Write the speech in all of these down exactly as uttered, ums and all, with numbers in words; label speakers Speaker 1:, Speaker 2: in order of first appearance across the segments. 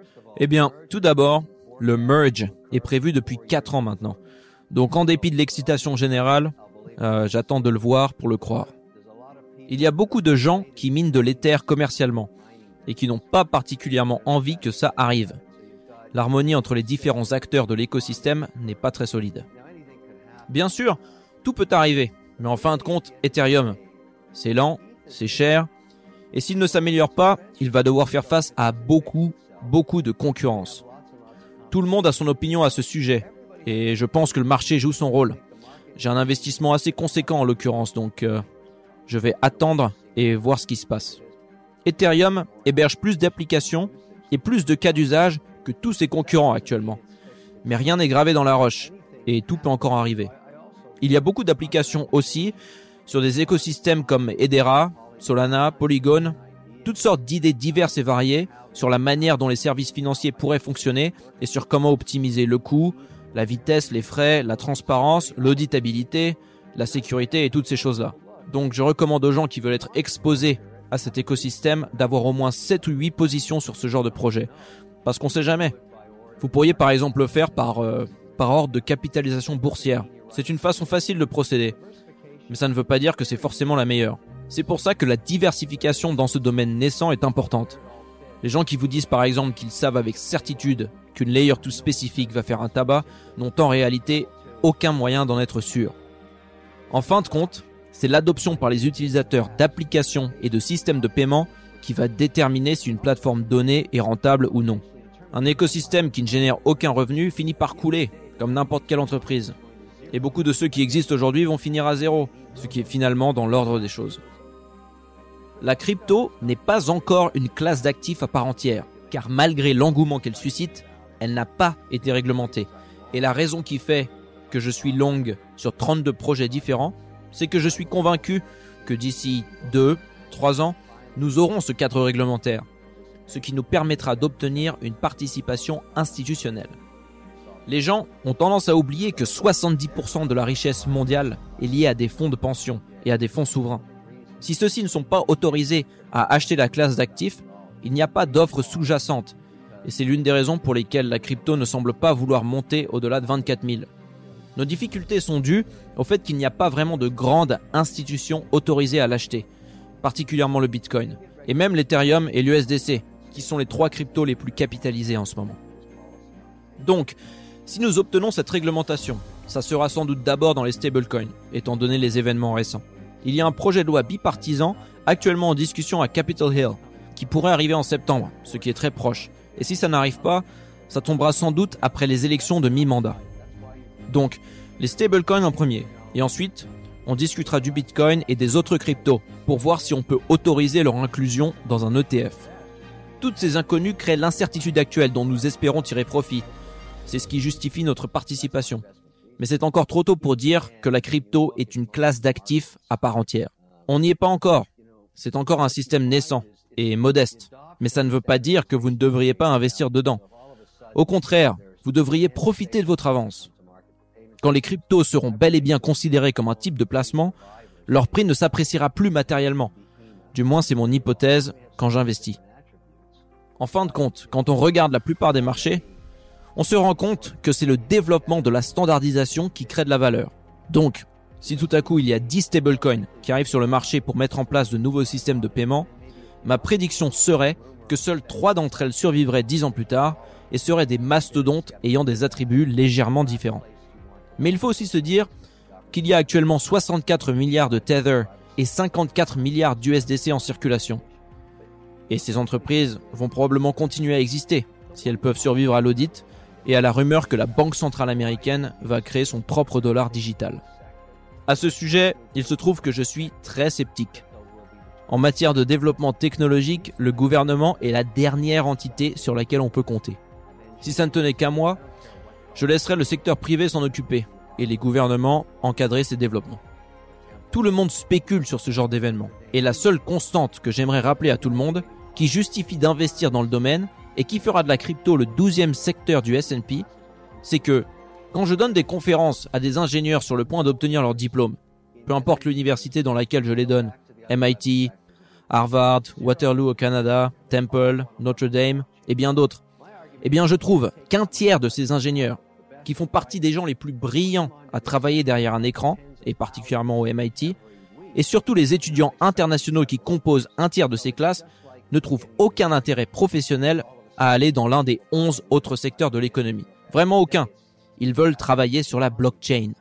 Speaker 1: Eh bien, tout d'abord, le merge est prévu depuis quatre ans maintenant. Donc en dépit de l'excitation générale, euh, j'attends de le voir pour le croire. Il y a beaucoup de gens qui minent de l'Ether commercialement et qui n'ont pas particulièrement envie que ça arrive. L'harmonie entre les différents acteurs de l'écosystème n'est pas très solide. Bien sûr, tout peut arriver, mais en fin de compte, Ethereum, c'est lent, c'est cher, et s'il ne s'améliore pas, il va devoir faire face à beaucoup, beaucoup de concurrence. Tout le monde a son opinion à ce sujet, et je pense que le marché joue son rôle. J'ai un investissement assez conséquent en l'occurrence, donc euh, je vais attendre et voir ce qui se passe. Ethereum héberge plus d'applications et plus de cas d'usage que tous ses concurrents actuellement. Mais rien n'est gravé dans la roche, et tout peut encore arriver. Il y a beaucoup d'applications aussi sur des écosystèmes comme Hedera, Solana, Polygon, toutes sortes d'idées diverses et variées sur la manière dont les services financiers pourraient fonctionner et sur comment optimiser le coût, la vitesse, les frais, la transparence, l'auditabilité, la sécurité et toutes ces choses-là. Donc je recommande aux gens qui veulent être exposés à cet écosystème d'avoir au moins sept ou huit positions sur ce genre de projet. Parce qu'on sait jamais. Vous pourriez par exemple le faire par, euh, par ordre de capitalisation boursière. C'est une façon facile de procéder. Mais ça ne veut pas dire que c'est forcément la meilleure. C'est pour ça que la diversification dans ce domaine naissant est importante. Les gens qui vous disent par exemple qu'ils savent avec certitude qu'une layer two spécifique va faire un tabac n'ont en réalité aucun moyen d'en être sûrs. En fin de compte, c'est l'adoption par les utilisateurs d'applications et de systèmes de paiement qui va déterminer si une plateforme donnée est rentable ou non. Un écosystème qui ne génère aucun revenu finit par couler, comme n'importe quelle entreprise. Et beaucoup de ceux qui existent aujourd'hui vont finir à zéro, ce qui est finalement dans l'ordre des choses. La crypto n'est pas encore une classe d'actifs à part entière, car malgré l'engouement qu'elle suscite, elle n'a pas été réglementée. Et la raison qui fait que je suis long sur trente-deux projets différents, c'est que je suis convaincu que d'ici deux, trois ans, nous aurons ce cadre réglementaire, ce qui nous permettra d'obtenir une participation institutionnelle. Les gens ont tendance à oublier que soixante-dix pour cent de la richesse mondiale est liée à des fonds de pension et à des fonds souverains. Si ceux-ci ne sont pas autorisés à acheter la classe d'actifs, il n'y a pas d'offre sous-jacente. Et c'est l'une des raisons pour lesquelles la crypto ne semble pas vouloir monter au-delà de vingt-quatre mille. Nos difficultés sont dues au fait qu'il n'y a pas vraiment de grandes institutions autorisées à l'acheter, particulièrement le Bitcoin, et même l'Ethereum et l'U S D C, qui sont les trois cryptos les plus capitalisés en ce moment. Donc, si nous obtenons cette réglementation, ça sera sans doute d'abord dans les stablecoins, étant donné les événements récents. Il y a un projet de loi bipartisan actuellement en discussion à Capitol Hill, qui pourrait arriver en septembre, ce qui est très proche. Et si ça n'arrive pas, ça tombera sans doute après les élections de mi-mandat. Donc, les stablecoins en premier, et ensuite, on discutera du Bitcoin et des autres cryptos, pour voir si on peut autoriser leur inclusion dans un E T F. Toutes ces inconnues créent l'incertitude actuelle dont nous espérons tirer profit. C'est ce qui justifie notre participation. Mais c'est encore trop tôt pour dire que la crypto est une classe d'actifs à part entière. On n'y est pas encore. C'est encore un système naissant et modeste. Mais ça ne veut pas dire que vous ne devriez pas investir dedans. Au contraire, vous devriez profiter de votre avance. Quand les cryptos seront bel et bien considérés comme un type de placement, leur prix ne s'appréciera plus matériellement. Du moins, c'est mon hypothèse quand j'investis. En fin de compte, quand on regarde la plupart des marchés, on se rend compte que c'est le développement de la standardisation qui crée de la valeur. Donc, si tout à coup il y a dix stablecoins qui arrivent sur le marché pour mettre en place de nouveaux systèmes de paiement, ma prédiction serait que seules trois d'entre elles survivraient dix ans plus tard et seraient des mastodontes ayant des attributs légèrement différents. Mais il faut aussi se dire qu'il y a actuellement soixante-quatre milliards de Tether et cinquante-quatre milliards d'U S D C en circulation. Et ces entreprises vont probablement continuer à exister si elles peuvent survivre à l'audit et à la rumeur que la Banque centrale américaine va créer son propre dollar digital. À ce sujet, il se trouve que je suis très sceptique. En matière de développement technologique, le gouvernement est la dernière entité sur laquelle on peut compter. Si ça ne tenait qu'à moi, je laisserais le secteur privé s'en occuper et les gouvernements encadrer ces développements. Tout le monde spécule sur ce genre d'événement et la seule constante que j'aimerais rappeler à tout le monde, qui justifie d'investir dans le domaine et qui fera de la crypto le douzième secteur du S and P, c'est que quand je donne des conférences à des ingénieurs sur le point d'obtenir leur diplôme, peu importe l'université dans laquelle je les donne, M I T, Harvard, Waterloo au Canada, Temple, Notre Dame et bien d'autres, Eh bien, je trouve qu'un tiers de ces ingénieurs, qui font partie des gens les plus brillants à travailler derrière un écran, et particulièrement au M I T, et surtout les étudiants internationaux qui composent un tiers de ces classes, ne trouvent aucun intérêt professionnel à aller dans l'un des onze autres secteurs de l'économie. Vraiment aucun. Ils veulent travailler sur la blockchain.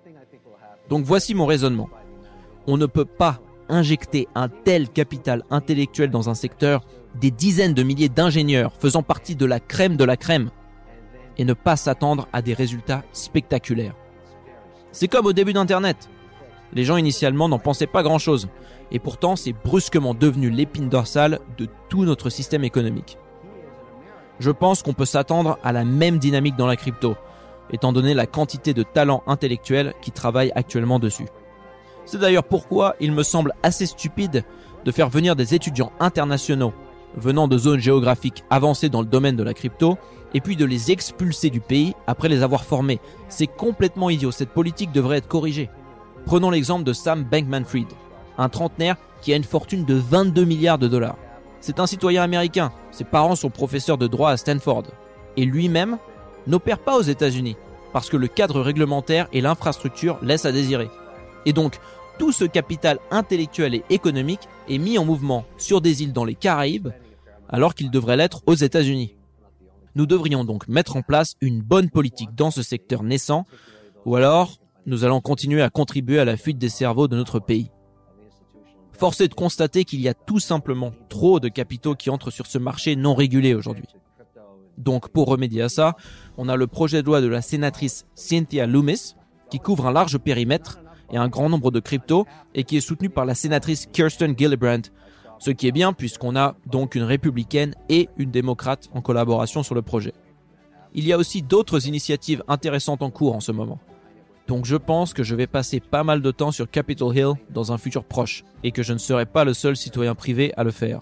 Speaker 1: Donc voici mon raisonnement. On ne peut pas injecter un tel capital intellectuel dans un secteur, des dizaines de milliers d'ingénieurs faisant partie de la crème de la crème, et ne pas s'attendre à des résultats spectaculaires. C'est comme au début d'Internet. Les gens initialement n'en pensaient pas grand-chose, et pourtant c'est brusquement devenu l'épine dorsale de tout notre système économique. Je pense qu'on peut s'attendre à la même dynamique dans la crypto, étant donné la quantité de talents intellectuels qui travaillent actuellement dessus. C'est d'ailleurs pourquoi il me semble assez stupide de faire venir des étudiants internationaux venant de zones géographiques avancées dans le domaine de la crypto et puis de les expulser du pays après les avoir formés. C'est complètement idiot, cette politique devrait être corrigée. Prenons l'exemple de Sam Bankman-Fried, un trentenaire qui a une fortune de vingt-deux milliards de dollars. C'est un citoyen américain, ses parents sont professeurs de droit à Stanford, et lui-même n'opère pas aux États-Unis, parce que le cadre réglementaire et l'infrastructure laissent à désirer. Et donc, tout ce capital intellectuel et économique est mis en mouvement sur des îles dans les Caraïbes, alors qu'il devrait l'être aux États-Unis. Nous devrions donc mettre en place une bonne politique dans ce secteur naissant, ou alors nous allons continuer à contribuer à la fuite des cerveaux de notre pays. Force est de constater qu'il y a tout simplement trop de capitaux qui entrent sur ce marché non régulé aujourd'hui. Donc pour remédier à ça, on a le projet de loi de la sénatrice Cynthia Lummis, qui couvre un large périmètre et un grand nombre de cryptos, et qui est soutenu par la sénatrice Kirsten Gillibrand, ce qui est bien puisqu'on a donc une républicaine et une démocrate en collaboration sur le projet. Il y a aussi d'autres initiatives intéressantes en cours en ce moment. Donc je pense que je vais passer pas mal de temps sur Capitol Hill dans un futur proche, et que je ne serai pas le seul citoyen privé à le faire.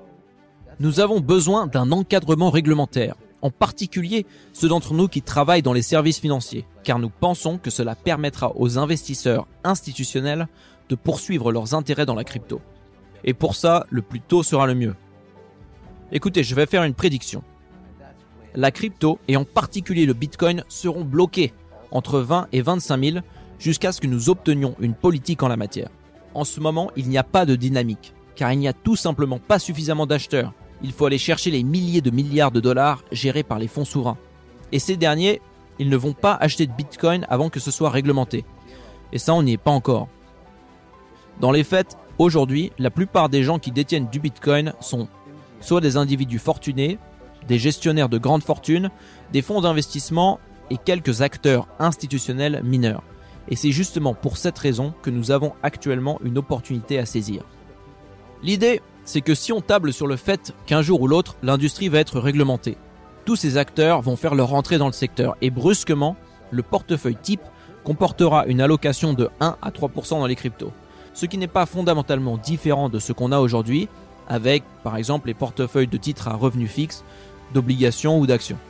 Speaker 1: Nous avons besoin d'un encadrement réglementaire, en particulier ceux d'entre nous qui travaillent dans les services financiers, car nous pensons que cela permettra aux investisseurs institutionnels de poursuivre leurs intérêts dans la crypto. Et pour ça, le plus tôt sera le mieux. Écoutez, je vais faire une prédiction. La crypto, et en particulier le Bitcoin, seront bloqués entre vingt et vingt-cinq mille jusqu'à ce que nous obtenions une politique en la matière. En ce moment, il n'y a pas de dynamique, car il n'y a tout simplement pas suffisamment d'acheteurs. Il faut aller chercher les milliers de milliards de dollars gérés par les fonds souverains. Et ces derniers, ils ne vont pas acheter de Bitcoin avant que ce soit réglementé. Et ça, on n'y est pas encore. Dans les faits, aujourd'hui, la plupart des gens qui détiennent du Bitcoin sont soit des individus fortunés, des gestionnaires de grandes fortunes, des fonds d'investissement et quelques acteurs institutionnels mineurs. Et c'est justement pour cette raison que nous avons actuellement une opportunité à saisir. L'idée, c'est que si on table sur le fait qu'un jour ou l'autre, l'industrie va être réglementée, tous ces acteurs vont faire leur entrée dans le secteur et brusquement, le portefeuille type comportera une allocation de un à trois pour cent dans les cryptos. Ce qui n'est pas fondamentalement différent de ce qu'on a aujourd'hui avec, par exemple, les portefeuilles de titres à revenus fixes, d'obligations ou d'actions.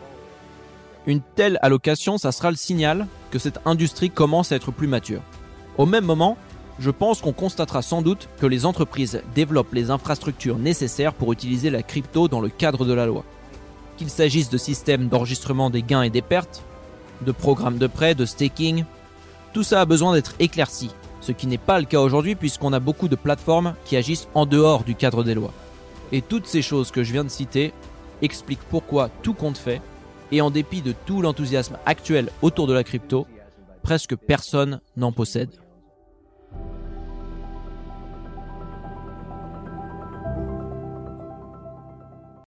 Speaker 1: Une telle allocation, ça sera le signal que cette industrie commence à être plus mature. Au même moment, je pense qu'on constatera sans doute que les entreprises développent les infrastructures nécessaires pour utiliser la crypto dans le cadre de la loi. Qu'il s'agisse de systèmes d'enregistrement des gains et des pertes, de programmes de prêt, de staking, tout ça a besoin d'être éclairci, ce qui n'est pas le cas aujourd'hui puisqu'on a beaucoup de plateformes qui agissent en dehors du cadre des lois. Et toutes ces choses que je viens de citer expliquent pourquoi tout compte fait, et en dépit de tout l'enthousiasme actuel autour de la crypto, presque personne n'en possède.